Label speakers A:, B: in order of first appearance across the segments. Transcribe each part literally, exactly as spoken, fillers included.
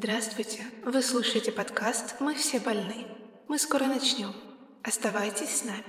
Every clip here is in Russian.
A: Здравствуйте! Вы слушаете подкаст «Мы все больны». Мы скоро начнем. Оставайтесь с нами.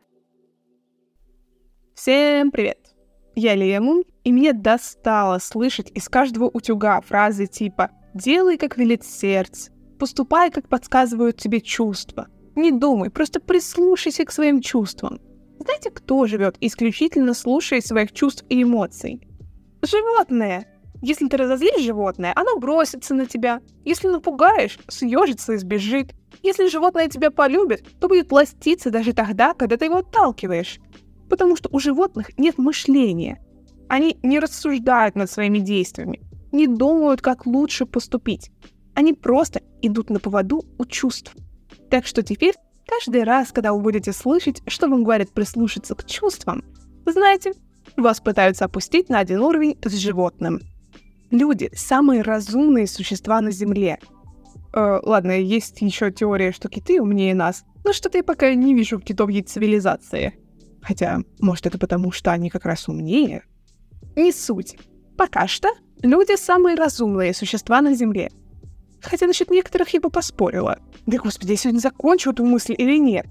B: Всем привет! Я Лему, и мне достало слышать из каждого утюга фразы типа «делай, как велит сердце», «поступай, как подсказывают тебе чувства», «не думай, просто прислушайся к своим чувствам». Знаете, кто живет исключительно слушая своих чувств и эмоций? Животные! Если ты разозлишь животное, оно бросится на тебя. Если напугаешь, съежится и сбежит. Если животное тебя полюбит, то будет ластиться даже тогда, когда ты его отталкиваешь. Потому что у животных нет мышления. Они не рассуждают над своими действиями, не думают, как лучше поступить. Они просто идут на поводу у чувств. Так что теперь, каждый раз, когда вы будете слышать, что вам говорят прислушаться к чувствам, вы знаете, вас пытаются опустить на один уровень с животным. Люди — самые разумные существа на Земле. Э, ладно, есть еще теория, что киты умнее нас, но что-то я пока не вижу в китовьей цивилизации. Хотя, может, это потому, что они как раз умнее? Не суть. Пока что люди — самые разумные существа на Земле. Хотя насчет некоторых я бы поспорила. Да, господи, я сегодня закончу эту мысль или нет?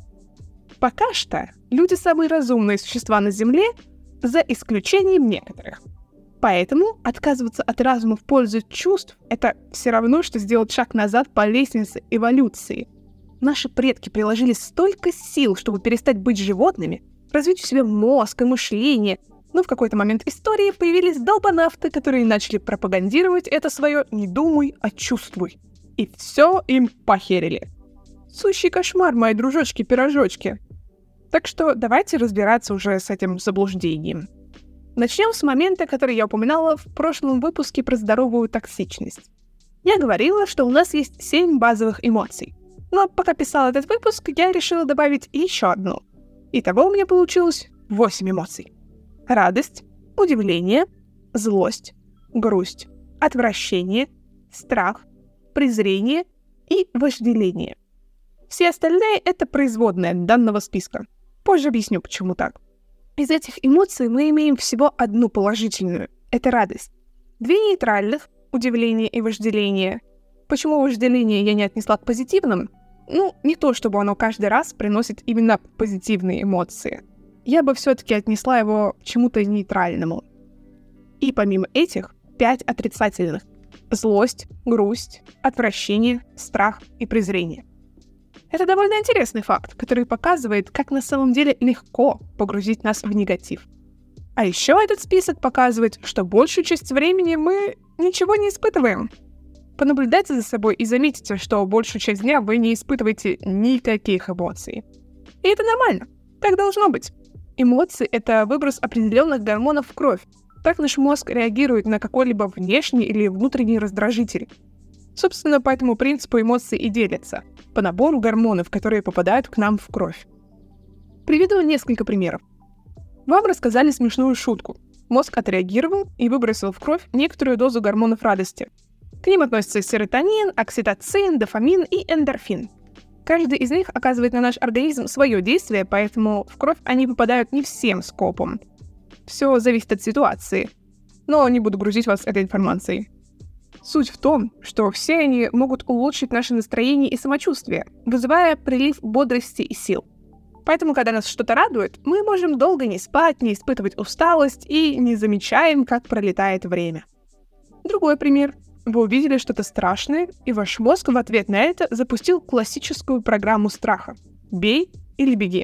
B: Пока что люди — самые разумные существа на Земле, за исключением некоторых. Поэтому отказываться от разума в пользу чувств — это все равно, что сделать шаг назад по лестнице эволюции. Наши предки приложили столько сил, чтобы перестать быть животными, развить в себе мозг и мышление, но в какой-то момент истории появились долбанавты, которые начали пропагандировать это свое «не думай, а чувствуй». И все им похерили. Сущий кошмар, мои дружочки-пирожочки. Так что давайте разбираться уже с этим заблуждением. Начнем с момента, который я упоминала в прошлом выпуске про здоровую токсичность. Я говорила, что у нас есть семь базовых эмоций. Но пока писала этот выпуск, я решила добавить еще одну. Итого у меня получилось восемь эмоций. Радость, удивление, злость, грусть, отвращение, страх, презрение и вожделение. Все остальные — это производные данного списка. Позже объясню, почему так. Из этих эмоций мы имеем всего одну положительную — это радость. Две нейтральных — удивление и вожделение. Почему вожделение я не отнесла к позитивным? Ну, не то чтобы оно каждый раз приносит именно позитивные эмоции. Я бы все-таки отнесла его к чему-то нейтральному. И помимо этих, пять отрицательных — злость, грусть, отвращение, страх и презрение. Это довольно интересный факт, который показывает, как на самом деле легко погрузить нас в негатив. А еще этот список показывает, что большую часть времени мы ничего не испытываем. Понаблюдайте за собой и заметите, что большую часть дня вы не испытываете никаких эмоций. И это нормально. Так должно быть. Эмоции — это выброс определенных гормонов в кровь. Так наш мозг реагирует на какой-либо внешний или внутренний раздражитель. Собственно, по этому принципу эмоции и делятся, по набору гормонов, которые попадают к нам в кровь. Приведу несколько примеров. Вам рассказали смешную шутку. Мозг отреагировал и выбросил в кровь некоторую дозу гормонов радости. К ним относятся серотонин, окситоцин, дофамин и эндорфин. Каждый из них оказывает на наш организм свое действие, поэтому в кровь они попадают не всем скопом. Все зависит от ситуации. Но не буду грузить вас этой информацией. Суть в том, что все они могут улучшить наше настроение и самочувствие, вызывая прилив бодрости и сил. Поэтому, когда нас что-то радует, мы можем долго не спать, не испытывать усталость и не замечаем, как пролетает время. Другой пример. Вы увидели что-то страшное, и ваш мозг в ответ на это запустил классическую программу страха «бей или беги».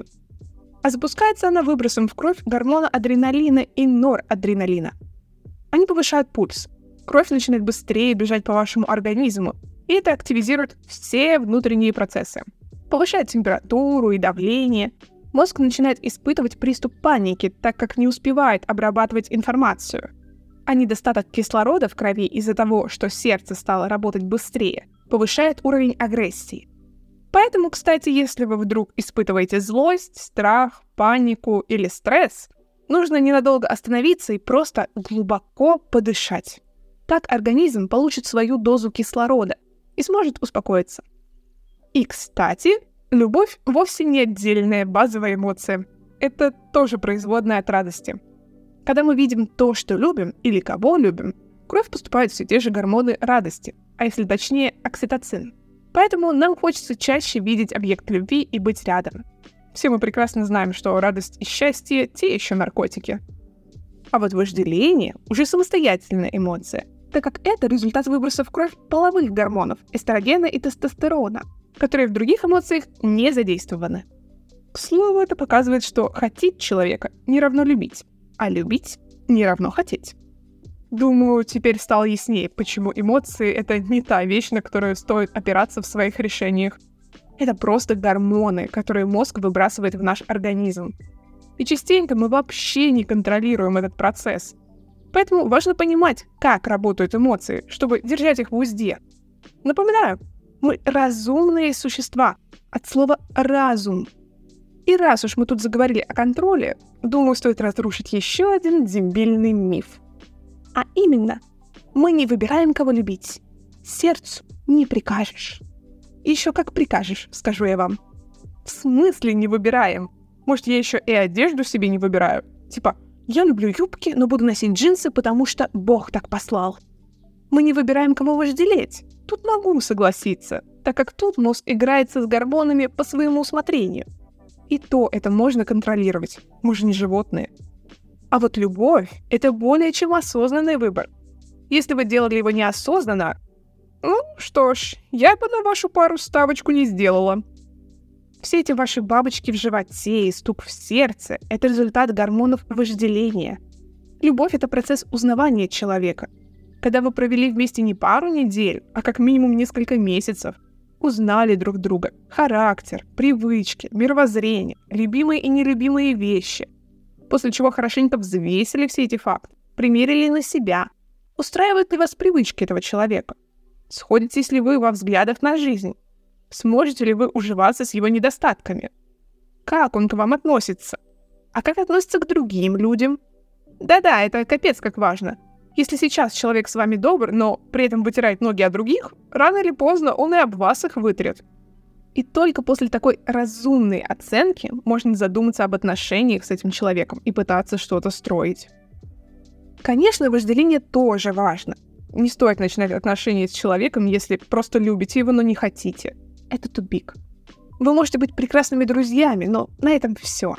B: А запускается она выбросом в кровь гормона адреналина и норадреналина. Они повышают пульс. Кровь начинает быстрее бежать по вашему организму, и это активизирует все внутренние процессы. Повышает температуру и давление. Мозг начинает испытывать приступ паники, так как не успевает обрабатывать информацию. А недостаток кислорода в крови из-за того, что сердце стало работать быстрее, повышает уровень агрессии. Поэтому, кстати, если вы вдруг испытываете злость, страх, панику или стресс, нужно ненадолго остановиться и просто глубоко подышать. Так организм получит свою дозу кислорода и сможет успокоиться. И, кстати, любовь вовсе не отдельная базовая эмоция. Это тоже производная от радости. Когда мы видим то, что любим, или кого любим, в кровь поступают все те же гормоны радости. а если точнее, окситоцин. Поэтому нам хочется чаще видеть объект любви и быть рядом. Все мы прекрасно знаем, что радость и счастье — те еще наркотики. А вот вожделение уже самостоятельная эмоция, так как это результат выброса в кровь половых гормонов эстрогена и тестостерона, которые в других эмоциях не задействованы. К слову, это показывает, что хотеть человека не равно любить, а любить не равно хотеть. Думаю, теперь стало яснее, почему эмоции — это не та вещь, на которую стоит опираться в своих решениях. Это просто гормоны, которые мозг выбрасывает в наш организм. И частенько мы вообще не контролируем этот процесс. Поэтому важно понимать, как работают эмоции, чтобы держать их в узде. Напоминаю, мы разумные существа, от слова «разум». И раз уж мы тут заговорили о контроле, думаю, стоит разрушить еще один дебильный миф. А именно, мы не выбираем, кого любить. Сердцу не прикажешь. Еще как прикажешь, скажу я вам. В смысле не выбираем? Может, я еще и одежду себе не выбираю? Типа, я люблю юбки, но буду носить джинсы, потому что Бог так послал. Мы не выбираем, кого вожделеть. Тут могу согласиться, так как тут мозг играется с гормонами по своему усмотрению. И то это можно контролировать. Мы же не животные. А вот любовь — это более чем осознанный выбор. Если вы делали его неосознанно, ну что ж, я бы на вашу пару ставочку не сделала. Все эти ваши бабочки в животе и стук в сердце — это результат гормонов вожделения. Любовь — это процесс узнавания человека. Когда вы провели вместе не пару недель, а как минимум несколько месяцев, узнали друг друга, характер, привычки, мировоззрение, любимые и нелюбимые вещи, после чего хорошенько взвесили все эти факты, примерили на себя, устраивают ли вас привычки этого человека, сходитесь ли вы во взглядах на жизнь, сможете ли вы уживаться с его недостатками, как он к вам относится, а как относится к другим людям. Да-да, это капец как важно. Если сейчас человек с вами добр, но при этом вытирает ноги от других, рано или поздно он и об вас их вытрет. И только после такой разумной оценки можно задуматься об отношениях с этим человеком и пытаться что-то строить. Конечно, вожделение тоже важно. Не стоит начинать отношения с человеком, если просто любите его, но не хотите. Это тупик. Вы можете быть прекрасными друзьями, но на этом все.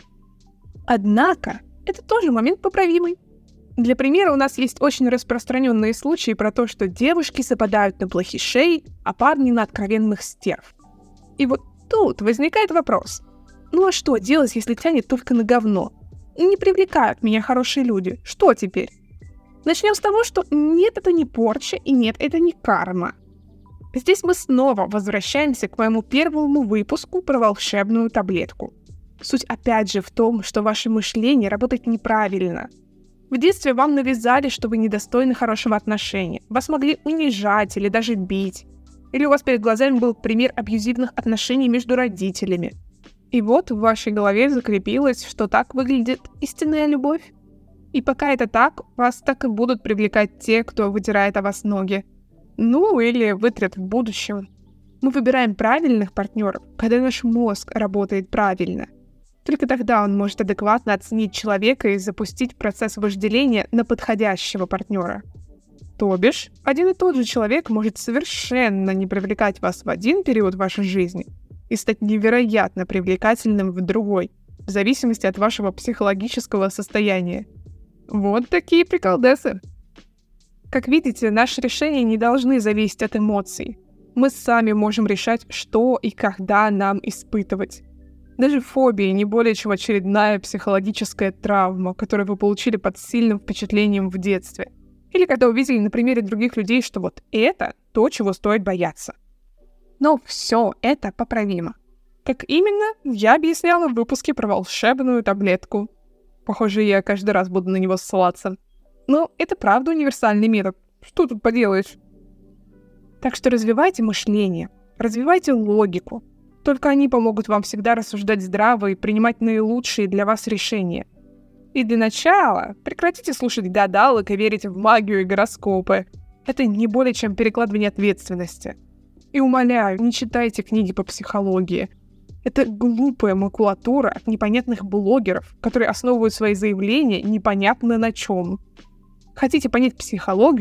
B: Однако, это тоже момент поправимый. Для примера, у нас есть очень распространенные случаи про то, что девушки западают на плохишей, а парни на откровенных стерв. И вот тут возникает вопрос. Ну а что делать, если тянет только на говно? Не привлекают меня хорошие люди. Что теперь? Начнем с того, что нет, это не порча, и нет, это не карма. Здесь мы снова возвращаемся к моему первому выпуску про волшебную таблетку. Суть опять же в том, что ваше мышление работает неправильно. В детстве вам навязали, что вы недостойны хорошего отношения. Вас могли унижать или даже бить. Или у вас перед глазами был пример абьюзивных отношений между родителями. И вот в вашей голове закрепилось, что так выглядит истинная любовь. И пока это так, вас так и будут привлекать те, кто вытирает о вас ноги. Ну, или вытрет в будущем. Мы выбираем правильных партнеров, когда наш мозг работает правильно. Только тогда он может адекватно оценить человека и запустить процесс вожделения на подходящего партнера. То бишь, один и тот же человек может совершенно не привлекать вас в один период вашей жизни и стать невероятно привлекательным в другой, в зависимости от вашего психологического состояния. Вот такие приколдесы. Как видите, наши решения не должны зависеть от эмоций. Мы сами можем решать, что и когда нам испытывать. Даже фобия не более чем очередная психологическая травма, которую вы получили под сильным впечатлением в детстве. Или когда увидели на примере других людей, что вот это то, чего стоит бояться. Но все это поправимо. Как именно, я объясняла в выпуске про волшебную таблетку. Похоже, я каждый раз буду на него ссылаться. Но это правда универсальный метод. Что тут поделаешь? Так что развивайте мышление, развивайте логику. Только они помогут вам всегда рассуждать здраво и принимать наилучшие для вас решения. И для начала прекратите слушать гадалок и верить в магию и гороскопы. Это не более чем перекладывание ответственности. И умоляю, не читайте книги по психологии. Это глупая макулатура от непонятных блогеров, которые основывают свои заявления непонятно на чем. Хотите понять психологию?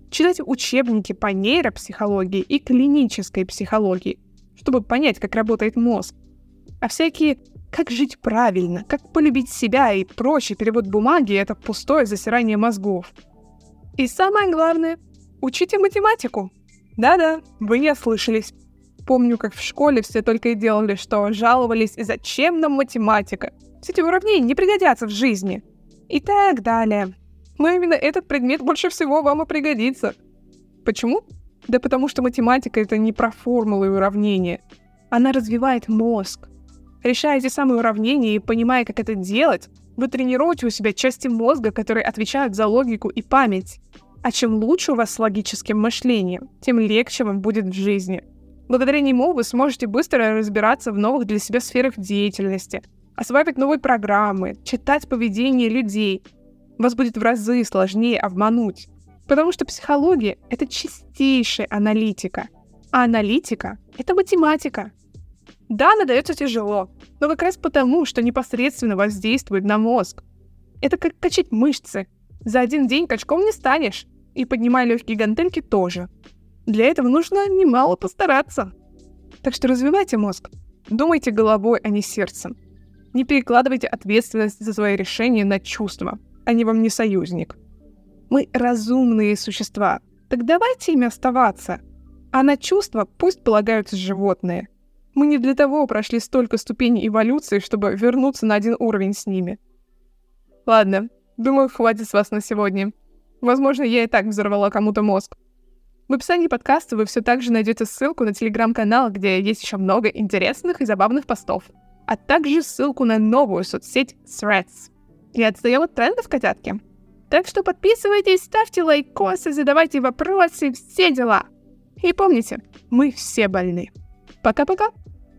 B: Читайте учебники по нейропсихологии и клинической психологии, чтобы понять, как работает мозг. А всякие «как жить правильно», «как полюбить себя» и прочий перевод бумаги — это пустое засирание мозгов. И самое главное — учите математику. Да-да, вы не ослышались. Помню, как в школе все только и делали, что жаловались, зачем нам математика. Все эти уравнения не пригодятся в жизни. И так далее. Но именно этот предмет больше всего вам и пригодится. Почему? Да потому что математика — это не про формулы и уравнения. Она развивает мозг. Решая эти самые уравнения и понимая, как это делать, вы тренируете у себя части мозга, которые отвечают за логику и память. А чем лучше у вас с логическим мышлением, тем легче вам будет в жизни. Благодаря нему вы сможете быстро разбираться в новых для себя сферах деятельности, осваивать новые программы, читать поведение людей. Вас будет в разы сложнее обмануть, потому что психология — это чистейшая аналитика, а аналитика — это математика. Да, она дается тяжело, но как раз потому, что непосредственно воздействует на мозг. Это как качать мышцы. За один день качком не станешь, и поднимая легкие гантельки тоже. Для этого нужно немало постараться. Так что развивайте мозг. Думайте головой, а не сердцем. Не перекладывайте ответственность за свои решения на чувства. Они вам не союзник. Мы разумные существа, так давайте ими оставаться. А на чувства пусть полагаются животные. Мы не для того прошли столько ступеней эволюции, чтобы вернуться на один уровень с ними. Ладно, думаю, хватит с вас на сегодня. Возможно, я и так взорвала кому-то мозг. В описании подкаста вы все так же найдете ссылку на телеграм-канал, где есть еще много интересных и забавных постов, а также ссылку на новую соцсеть Threads. И отстаем от трендов, котятки. Так что подписывайтесь, ставьте лайкосы, задавайте вопросы, все дела. И помните, мы все больны. Пока-пока.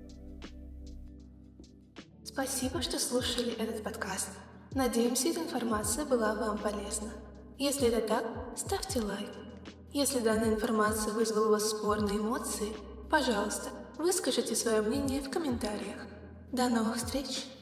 A: Спасибо, что слушали этот подкаст. Надеемся, эта информация была вам полезна. Если это так, ставьте лайк. Если данная информация вызвала у вас спорные эмоции, пожалуйста, выскажите свое мнение в комментариях. До новых встреч!